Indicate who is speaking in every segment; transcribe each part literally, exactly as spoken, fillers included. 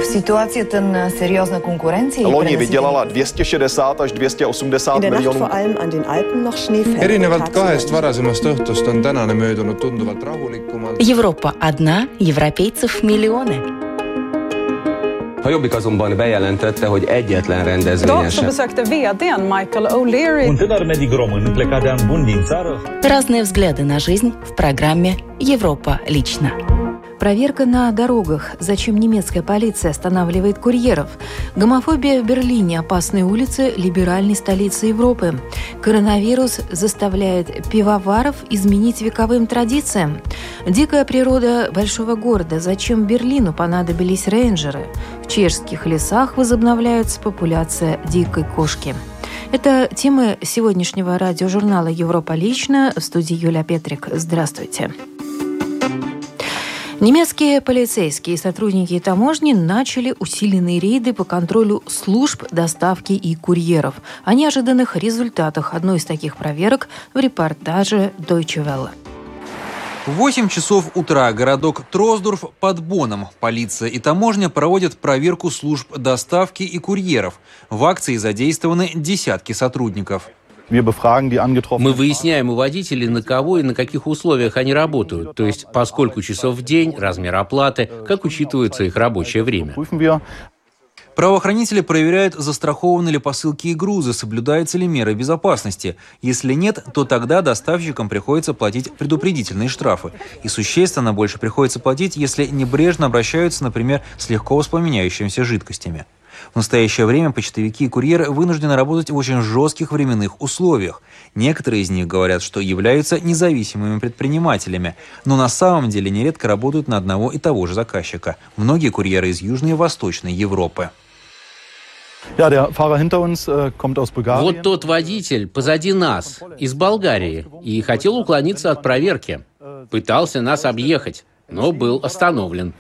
Speaker 1: v situacii ten seriózna konkurencija.
Speaker 2: Loni vydělala dvě stě šedesát až dvě stě osmdesát miljonů.
Speaker 3: Erinevalt kahest varasemast õhtust on tänane möödunud tunduvalt rahulikumalt.
Speaker 4: Европа одна, европейцев миллионы.
Speaker 5: A Jobbik azonban bejelentette, hogy egyetlen rendezvényen
Speaker 6: besökte V D:n Michael O'Leary.
Speaker 7: Un tânăr medic român plecat de an bun din țară.
Speaker 4: Разные взгляды на жизнь в программе «Европа лично».
Speaker 8: Проверка на дорогах. Зачем немецкая полиция останавливает курьеров? Гомофобия в Берлине. Опасные улицы либеральной столицы Европы. Коронавирус заставляет пивоваров изменить вековым традициям. Дикая природа большого города. Зачем Берлину понадобились рейнджеры? В чешских лесах возобновляется популяция дикой кошки. Это темы сегодняшнего радиожурнала «Европа лично». В студии Юлия Петрик. Здравствуйте. Немецкие полицейские и сотрудники таможни начали усиленные рейды по контролю служб доставки и курьеров. О неожиданных результатах одной из таких проверок в репортаже Deutsche Welle.
Speaker 9: В восемь часов утра городок Тросдорф под Бонном. Полиция и таможня проводят проверку служб доставки и курьеров. В акции задействованы десятки сотрудников.
Speaker 10: Мы выясняем у водителей, на кого и на каких условиях они работают, то есть по сколько часов в день, размер оплаты, как учитывается их рабочее время.
Speaker 9: Правоохранители проверяют, застрахованы ли посылки и грузы, соблюдаются ли меры безопасности. Если нет, то тогда доставщикам приходится платить предупредительные штрафы. И существенно больше приходится платить, если небрежно обращаются, например, с легко воспламеняющимися жидкостями. В настоящее время почтовики и курьеры вынуждены работать в очень жестких временных условиях. Некоторые из них говорят, что являются независимыми предпринимателями, но на самом деле нередко работают на одного и того же заказчика. Многие курьеры из Южной и Восточной Европы.
Speaker 10: Вот тот водитель позади нас, из Болгарии, и хотел уклониться от проверки. Пытался нас объехать, но был остановлен.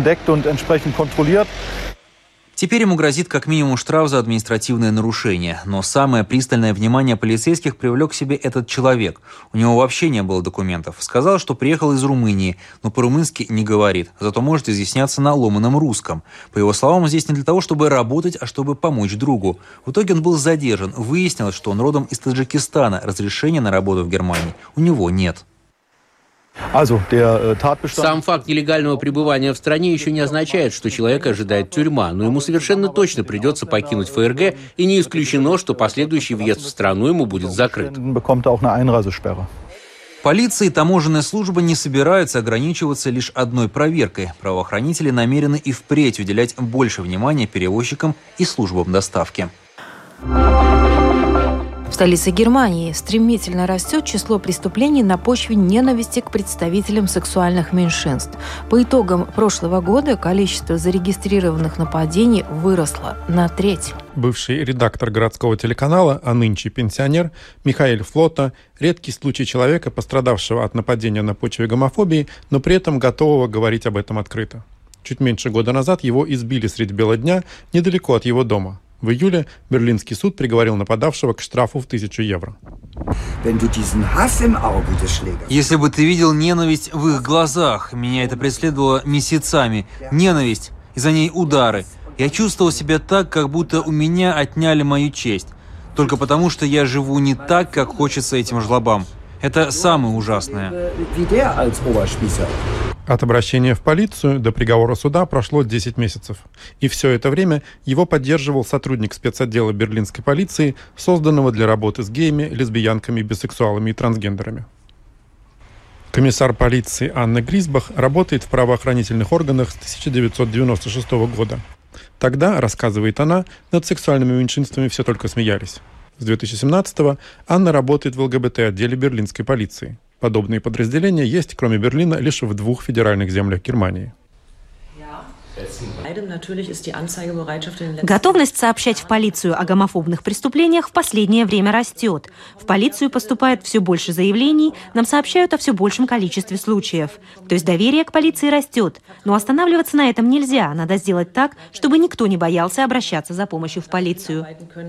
Speaker 9: Теперь ему грозит как минимум штраф за административное нарушение. Но самое пристальное внимание полицейских привлек к себе этот человек. У него вообще не было документов. Сказал, что приехал из Румынии, но по-румынски не говорит. Зато может изъясняться на ломаном русском. По его словам, он здесь не для того, чтобы работать, а чтобы помочь другу. В итоге он был задержан. Выяснилось, что он родом из Таджикистана. Разрешения на работу в Германии у него нет.
Speaker 10: Сам факт нелегального пребывания в стране еще не означает, что человека ожидает тюрьма, но ему совершенно точно придется покинуть ФРГ, и не исключено, что последующий въезд в страну ему будет закрыт.
Speaker 9: Полиция и таможенная служба не собираются ограничиваться лишь одной проверкой. Правоохранители намерены и впредь уделять больше внимания перевозчикам и службам доставки.
Speaker 8: В столице Германии стремительно растет число преступлений на почве ненависти к представителям сексуальных меньшинств. По итогам прошлого года количество зарегистрированных нападений выросло на треть.
Speaker 11: Бывший редактор городского телеканала, а нынче пенсионер Михаэль Флота – редкий случай человека, пострадавшего от нападения на почве гомофобии, но при этом готового говорить об этом открыто. Чуть меньше года назад его избили средь бела дня недалеко от его дома. В июле берлинский суд приговорил нападавшего к штрафу в тысячу евро.
Speaker 9: Если бы ты видел ненависть в их глазах, меня это преследовало месяцами. Ненависть, и за ней удары. Я чувствовал себя так, как будто у меня отняли мою честь. Только потому, что я живу не так, как хочется этим жлобам. Это самое ужасное.
Speaker 11: От обращения в полицию до приговора суда прошло десять месяцев. И все это время его поддерживал сотрудник спецотдела берлинской полиции, созданного для работы с геями, лесбиянками, бисексуалами и трансгендерами. Комиссар полиции Анна Грисбах работает в правоохранительных органах с тысяча девятьсот девяносто шестого года. Тогда, рассказывает она, над сексуальными меньшинствами все только смеялись. С две тысячи семнадцатого Анна работает в ЛГБТ-отделе берлинской полиции. Подобные подразделения есть, кроме Берлина, лишь в двух федеральных землях Германии.
Speaker 12: Готовность сообщать в полицию о гомофобных преступлениях в последнее время растет. В полицию поступает все больше заявлений, нам сообщают о все большем количестве случаев. То есть доверие к полиции растет. Но останавливаться на этом нельзя. Надо сделать так, чтобы никто не боялся обращаться за помощью в полицию.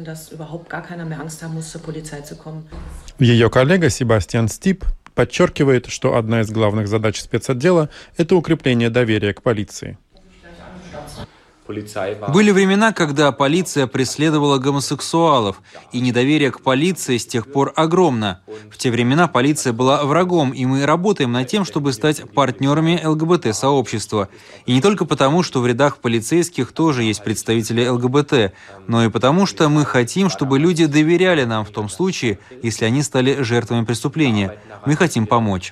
Speaker 11: Ее коллега Себастьян Стип подчеркивает, что одна из главных задач спецотдела – это укрепление доверия к полиции.
Speaker 9: Были времена, когда полиция преследовала гомосексуалов, и недоверие к полиции с тех пор огромно. В те времена полиция была врагом, и мы работаем над тем, чтобы стать партнерами ЛГБТ-сообщества. И не только потому, что в рядах полицейских тоже есть представители ЛГБТ, но и потому, что мы хотим, чтобы люди доверяли нам в том случае, если они стали жертвами преступления. Мы хотим помочь.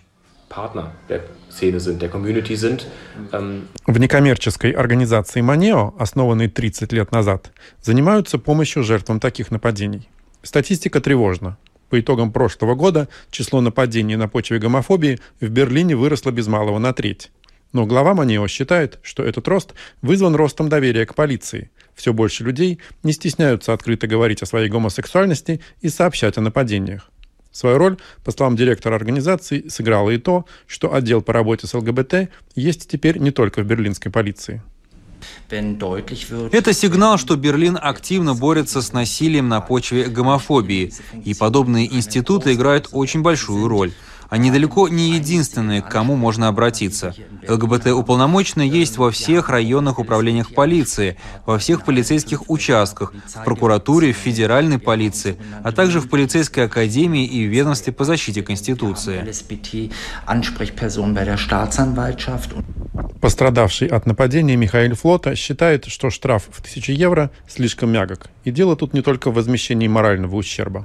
Speaker 11: В некоммерческой организации «Манео», основанной тридцать лет назад, занимаются помощью жертвам таких нападений. Статистика тревожна. По итогам прошлого года число нападений на почве гомофобии в Берлине выросло без малого на треть. Но глава «Манео» считает, что этот рост вызван ростом доверия к полиции. Все больше людей не стесняются открыто говорить о своей гомосексуальности и сообщать о нападениях. Свою роль, по словам директора организации, сыграло и то, что отдел по работе с ЛГБТ есть теперь не только в берлинской полиции.
Speaker 9: Это сигнал, что Берлин активно борется с насилием на почве гомофобии, и подобные институты играют очень большую роль. Они далеко не единственные, к кому можно обратиться. ЛГБТ-уполномоченные есть во всех районных управлениях полиции, во всех полицейских участках, в прокуратуре, в федеральной полиции, а также в полицейской академии и в ведомстве по защите Конституции.
Speaker 11: Пострадавший от нападения Михаил Флота считает, что штраф в тысячу евро слишком мягок. И дело тут не только в возмещении морального ущерба.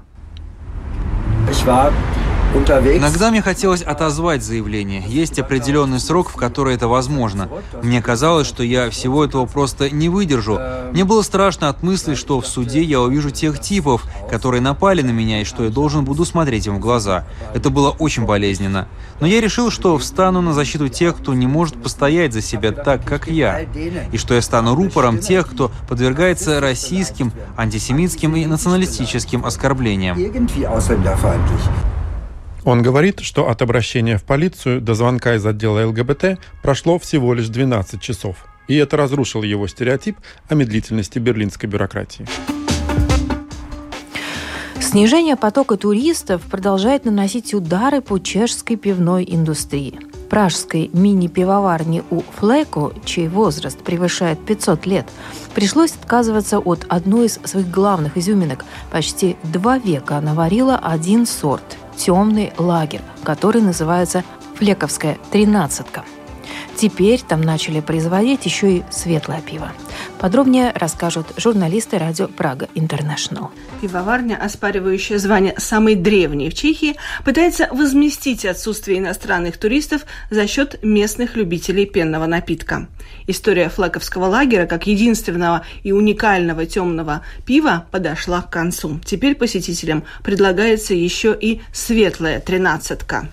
Speaker 9: Иногда мне хотелось отозвать заявление. Есть определенный срок, в который это возможно. Мне казалось, что я всего этого просто не выдержу. Мне было страшно от мысли, что в суде я увижу тех типов, которые напали на меня, и что я должен буду смотреть им в глаза. Это было очень болезненно. Но я решил, что встану на защиту тех, кто не может постоять за себя так, как я. И что я стану рупором тех, кто подвергается российским, антисемитским и националистическим оскорблениям.
Speaker 11: Он говорит, что от обращения в полицию до звонка из отдела ЛГБТ прошло всего лишь двенадцать часов. И это разрушило его стереотип о медлительности берлинской бюрократии.
Speaker 8: Снижение потока туристов продолжает наносить удары по чешской пивной индустрии. Пражской мини-пивоварне у Флеко, чей возраст превышает пятьсот лет, пришлось отказываться от одной из своих главных изюминок. Почти два века она варила один сорт – темный лагер, который называется «Флековская тринадцатка». Теперь там начали производить еще и светлое пиво. Подробнее расскажут журналисты радио Прага Интернешнл.
Speaker 6: Пивоварня, оспаривающая звание самой древней в Чехии, пытается возместить отсутствие иностранных туристов за счет местных любителей пенного напитка. История флековского лагеря как единственного и уникального темного пива подошла к концу. Теперь посетителям предлагается еще и светлая тринадцатка.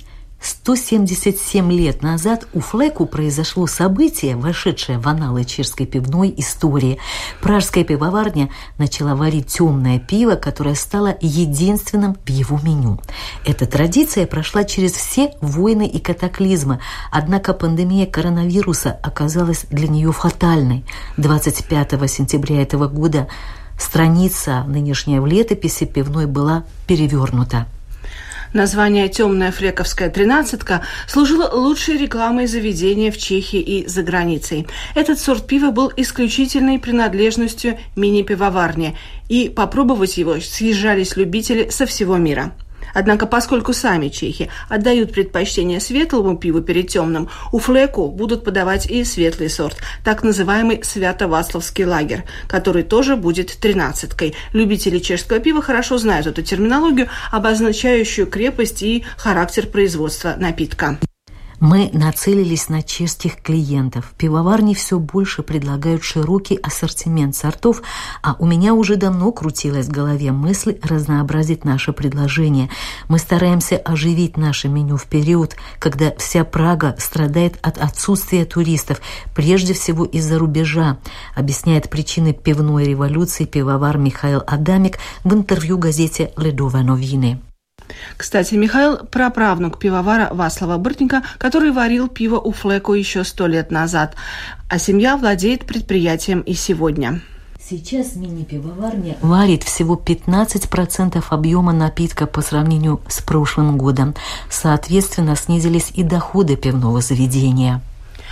Speaker 13: сто семьдесят семь лет назад у Флеку произошло событие, вошедшее в анналы чешской пивной истории. Пражская пивоварня начала варить темное пиво, которое стало единственным в его меню. Эта традиция прошла через все войны и катаклизмы, однако пандемия коронавируса оказалась для нее фатальной. двадцать пятого сентября этого года страница, нынешняя в летописи пивной, была перевернута.
Speaker 6: Название «Темная флековская тринадцатка» служило лучшей рекламой заведения в Чехии и за границей. Этот сорт пива был исключительной принадлежностью мини-пивоварни, и попробовать его съезжались любители со всего мира. Однако, поскольку сами чехи отдают предпочтение светлому пиву перед темным, у Флеку будут подавать и светлый сорт, так называемый Свято-Вацлавский лагерь, который тоже будет тринадцаткой. Любители чешского пива хорошо знают эту терминологию, обозначающую крепость и характер производства напитка.
Speaker 13: Мы нацелились на чешских клиентов. Пивоварни все больше предлагают широкий ассортимент сортов, а у меня уже давно крутилась в голове мысль разнообразить наше предложение. Мы стараемся оживить наше меню в период, когда вся Прага страдает от отсутствия туристов, прежде всего из-за рубежа, объясняет причины пивной революции пивовар Михаил Адамик в интервью газете «Ледове новины».
Speaker 6: Кстати, Михаил – праправнук пивовара Васлава Быртника, который варил пиво у Флеку еще сто лет назад, а семья владеет предприятием и сегодня.
Speaker 13: Сейчас мини-пивоварня варит всего пятнадцать процентов объема напитка по сравнению с прошлым годом. Соответственно, снизились и доходы пивного заведения.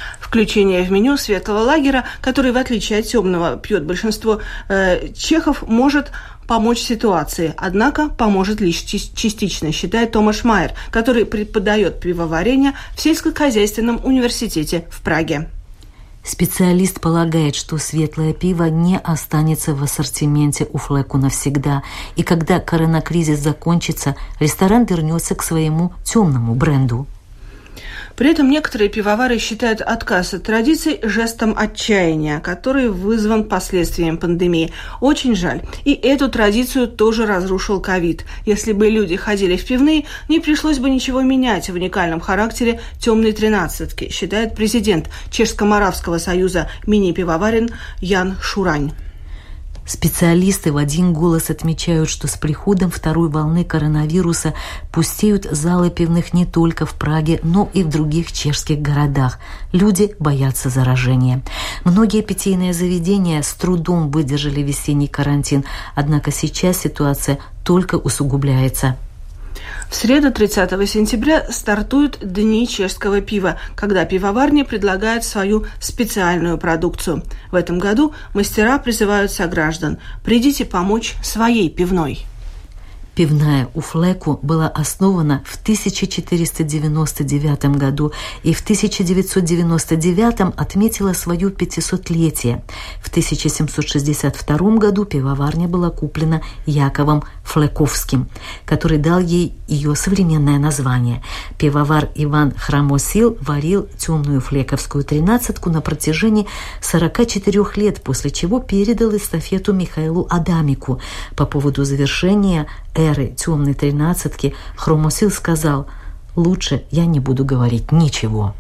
Speaker 6: Включение в меню светлого лагера, который, в отличие от темного, пьет большинство э, чехов, может помочь ситуации, однако поможет лишь частично, считает Томаш Майер, который преподает пивоварение в сельскохозяйственном университете в Праге.
Speaker 13: Специалист полагает, что светлое пиво не останется в ассортименте у Флеку навсегда, и когда коронакризис закончится, ресторан вернется к своему темному бренду.
Speaker 6: При этом некоторые пивовары считают отказ от традиций жестом отчаяния, который вызван последствиями пандемии. Очень жаль. И эту традицию тоже разрушил ковид. Если бы люди ходили в пивные, не пришлось бы ничего менять в уникальном характере темной тринадцатки, считает президент Чешско-Моравского союза мини-пивоварен Ян Шурань.
Speaker 13: Специалисты в один голос отмечают, что с приходом второй волны коронавируса пустеют залы пивных не только в Праге, но и в других чешских городах. Люди боятся заражения. Многие питейные заведения с трудом выдержали весенний карантин, однако сейчас ситуация только усугубляется.
Speaker 6: В среду, тридцатого сентября, стартуют Дни чешского пива, когда пивоварни предлагают свою специальную продукцию. В этом году мастера призывают сограждан: придите помочь своей пивной.
Speaker 13: Пивная у Флеку была основана в тысяча четыреста девяносто девятом году и в тысяча девятьсот девяносто девятом отметила свое пятисотлетие. В тысяча семьсот шестьдесят втором году пивоварня была куплена Яковом Флековским, который дал ей ее современное название. Пивовар Иван Храмосил варил темную флековскую тринадцатку на протяжении сорока четырёх лет, после чего передал эстафету Михаилу Адамику. По поводу завершения эры темной тринадцатки Хромосил сказал: «Лучше я не буду говорить ничего».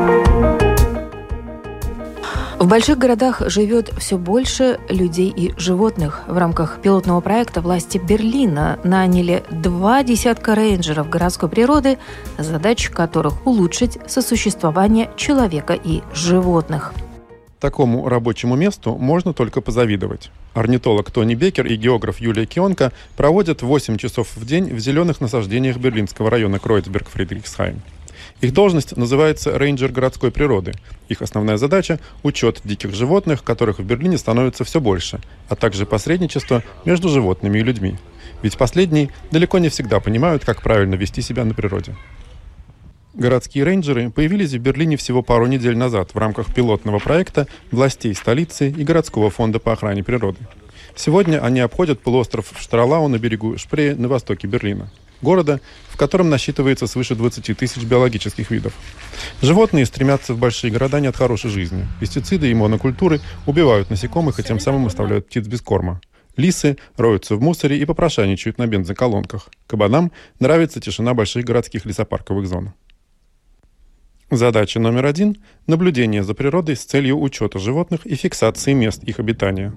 Speaker 8: В больших городах живет все больше людей и животных. В рамках пилотного проекта власти Берлина наняли два десятка рейнджеров городской природы, задача которых улучшить сосуществование человека и животных.
Speaker 11: Такому рабочему месту можно только позавидовать. Орнитолог Тони Беккер и географ Юлия Кионка проводят восемь часов в день в зеленых насаждениях берлинского района Кройцберг-Фридрихсхайм. Их должность называется рейнджер городской природы. Их основная задача – учет диких животных, которых в Берлине становится все больше, а также посредничество между животными и людьми. Ведь последние далеко не всегда понимают, как правильно вести себя на природе. Городские рейнджеры появились в Берлине всего пару недель назад в рамках пилотного проекта властей столицы и городского фонда по охране природы. Сегодня они обходят полуостров Штралау на берегу Шпрее на востоке Берлина, города, в котором насчитывается свыше двадцати тысяч биологических видов. Животные стремятся в большие города не от хорошей жизни. Пестициды и монокультуры убивают насекомых и тем самым оставляют птиц без корма. Лисы роются в мусоре и попрошайничают на бензоколонках. Кабанам нравится тишина больших городских лесопарковых зон. Задача номер один – наблюдение за природой с целью учета животных и фиксации мест их обитания.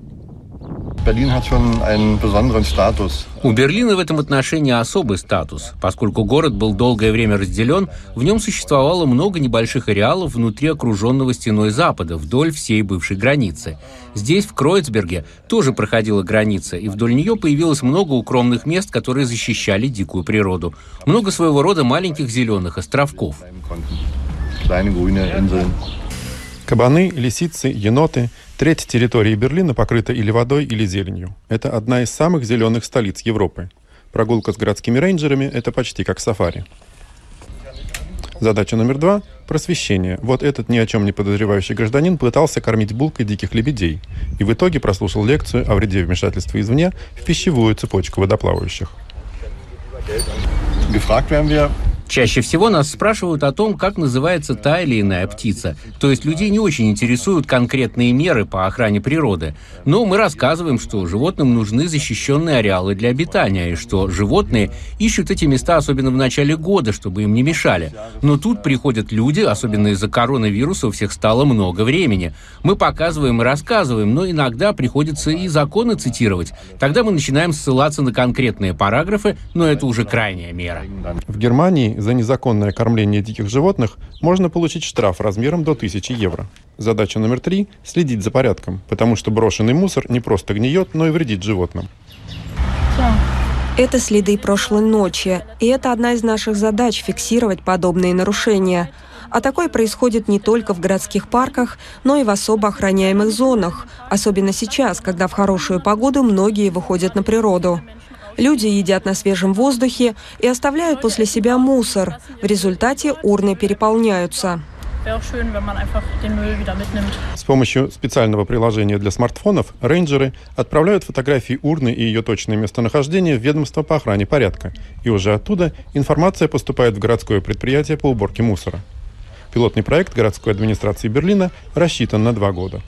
Speaker 10: У Берлина в этом отношении особый статус. Поскольку город был долгое время разделен, в нем существовало много небольших ареалов внутри окруженного стеной Запада, вдоль всей бывшей границы. Здесь, в Кройцберге, тоже проходила граница, и вдоль нее появилось много укромных мест, которые защищали дикую природу. Много своего рода маленьких зеленых островков.
Speaker 11: Кабаны, лисицы, еноты. Треть территории Берлина покрыта или водой, или зеленью. Это одна из самых зеленых столиц Европы. Прогулка с городскими рейнджерами – это почти как сафари. Задача номер два – просвещение. Вот этот ни о чем не подозревающий гражданин пытался кормить булкой диких лебедей и в итоге прослушал лекцию о вреде вмешательства извне в пищевую цепочку водоплавающих.
Speaker 10: Чаще всего нас спрашивают о том, как называется та или иная птица. То есть людей не очень интересуют конкретные меры по охране природы. Но мы рассказываем, что животным нужны защищенные ареалы для обитания, и что животные ищут эти места особенно в начале года, чтобы им не мешали. Но тут приходят люди, особенно из-за коронавируса у всех стало много времени. Мы показываем и рассказываем, но иногда приходится и законы цитировать. Тогда мы начинаем ссылаться на конкретные параграфы, но это уже крайняя мера.
Speaker 11: В Германии за незаконное кормление диких животных можно получить штраф размером до тысячи евро. Задача номер три – следить за порядком, потому что брошенный мусор не просто гниет, но и вредит животным.
Speaker 14: Это следы прошлой ночи, и это одна из наших задач – фиксировать подобные нарушения. А такое происходит не только в городских парках, но и в особо охраняемых зонах, особенно сейчас, когда в хорошую погоду многие выходят на природу. Люди едят на свежем воздухе и оставляют после себя мусор. В результате урны переполняются.
Speaker 11: С помощью специального приложения для смартфонов рейнджеры отправляют фотографии урны и ее точное местонахождение в ведомство по охране порядка. И уже оттуда информация поступает в городское предприятие по уборке мусора. Пилотный проект городской администрации Берлина рассчитан на два года.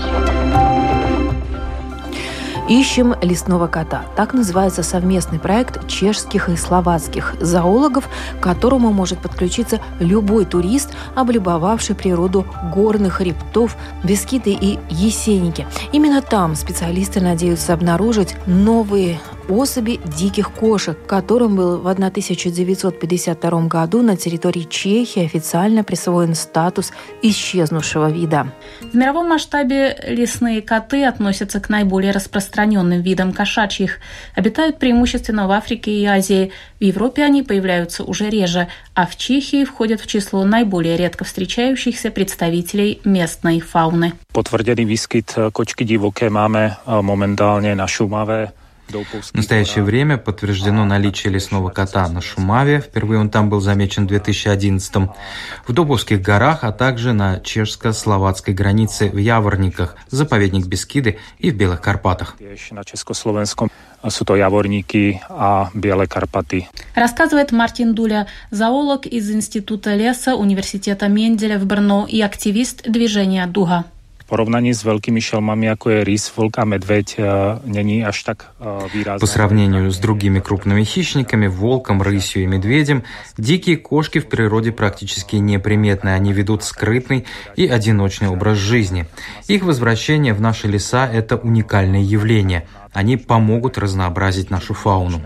Speaker 8: «Ищем лесного кота». Так называется совместный проект чешских и словацких зоологов, к которому может подключиться любой турист, облюбовавший природу горных хребтов, Бескиды и Есеники. Именно там специалисты надеются обнаружить новые особи диких кошек, которым был в тысяча девятьсот пятьдесят втором году на территории Чехии официально присвоен статус исчезнувшего вида.
Speaker 15: В мировом масштабе лесные коты относятся к наиболее распространенным видам кошачьих. Обитают преимущественно в Африке и Азии. В Европе они появляются уже реже, а в Чехии входят в число наиболее редко встречающихся представителей местной фауны.
Speaker 16: Подтвержденный výskyt кочки divoké máme momentálně na Šumavě.
Speaker 17: В настоящее время подтверждено наличие лесного кота на Шумаве. Впервые он там был замечен в две тысячи одиннадцатом. В Добовских горах, а также на чешско-словацкой границе в Яворниках, заповедник Бескиды и в Белых Карпатах.
Speaker 16: На чешско-словенском су Яворники, а Белые Карпаты.
Speaker 15: Рассказывает Мартин Дуля, зоолог из Института леса Университета Менделя в Брно и активист движения «Дуга».
Speaker 16: Поровнání s velkými šelmami, jako je rys, vlk a medveď, není až так výrazné.
Speaker 17: По сравнению с другими крупными хищниками, волком, рысью и медведем, дикие кошки в природе практически неприметны. Они ведут скрытный и одиночный образ жизни. Их возвращение в наши леса – это уникальное явление. Они помогут разнообразить нашу фауну.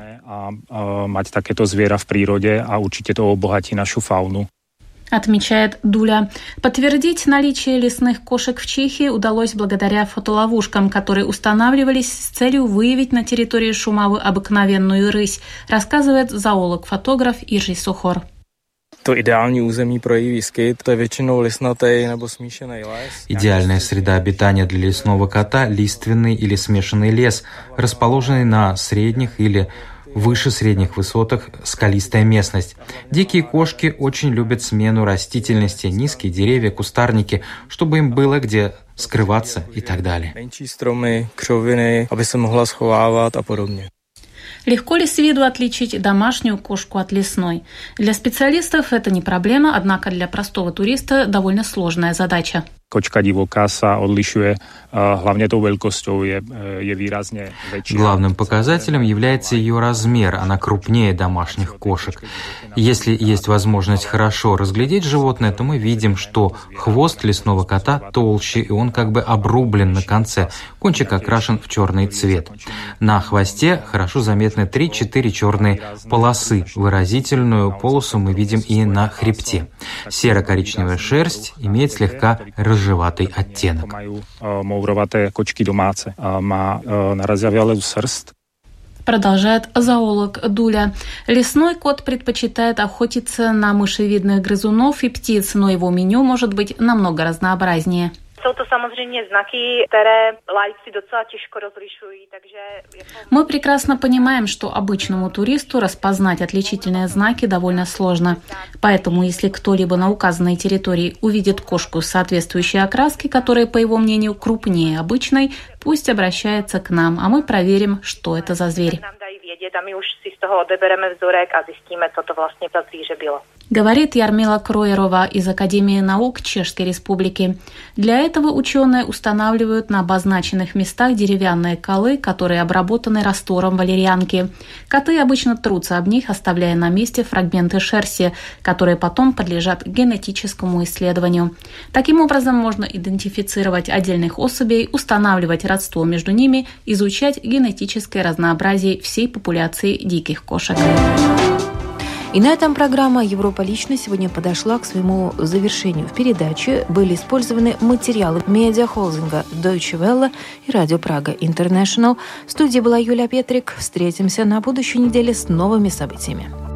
Speaker 16: Mať takéto zviera v prírode a určite to obohatí našu faunu.
Speaker 15: Отмечает Дуля. Подтвердить наличие лесных кошек в Чехии удалось благодаря фотоловушкам, которые устанавливались с целью выявить на территории Шумавы обыкновенную рысь, рассказывает зоолог-фотограф Jiří Sochor.
Speaker 18: To ideální území pro její výskyt, to je většinou listnatý nebo smíšený les.
Speaker 17: Идеальная среда обитания для лесного кота – лиственный или смешанный лес, расположенный на средних или выше средних высотах скалистая местность. Дикие кошки очень любят смену растительности, низкие деревья, кустарники, чтобы им было где скрываться и так далее.
Speaker 18: Меньшие стромы, кровины, aby se mohla schovávat a podobně.
Speaker 15: Легко ли с виду отличить домашнюю кошку от лесной? Для специалистов это не проблема, однако для простого туриста довольно сложная задача.
Speaker 16: Kočka divoká sa odlišuje hlavne tou veľkosťou, je, je výrazne väčšia.
Speaker 17: Главным показателем является ее размер, она крупнее домашних кошек. Если есть возможность хорошо разглядеть животное, то мы видим, что хвост лесного кота толще, и он как бы обрублен на конце, кончик окрашен в черный цвет. На хвосте хорошо заметны три-четыре черные полосы, выразительную полосу мы видим и на хребте. Серо-коричневая шерсть имеет слегка рыжеватый оттенок.
Speaker 15: Продолжает зоолог Дуля. Лесной кот предпочитает охотиться на мышевидных грызунов и птиц, но его меню может быть намного разнообразнее. Мы прекрасно понимаем, что обычному туристу распознать отличительные знаки довольно сложно. Поэтому, если кто-либо на указанной территории увидит кошку с соответствующей окраской, которая, по его мнению, крупнее обычной, пусть обращается к нам, а мы проверим, что это за зверь. Говорит Ярмила Кроерова из Академии наук Чешской Республики. Для этого ученые устанавливают на обозначенных местах деревянные колы, которые обработаны раствором валерьянки. Коты обычно трутся об них, оставляя на месте фрагменты шерсти, которые потом подлежат генетическому исследованию. Таким образом можно идентифицировать отдельных особей, устанавливать родство между ними, изучать генетическое разнообразие всей популяции диких кошек.
Speaker 8: И на этом программа «Европа лично» сегодня подошла к своему завершению. В передаче были использованы материалы медиахолдинга Deutsche Welle и Радио Прага International. В студии была Юлия Петрик. Встретимся на будущей неделе с новыми событиями.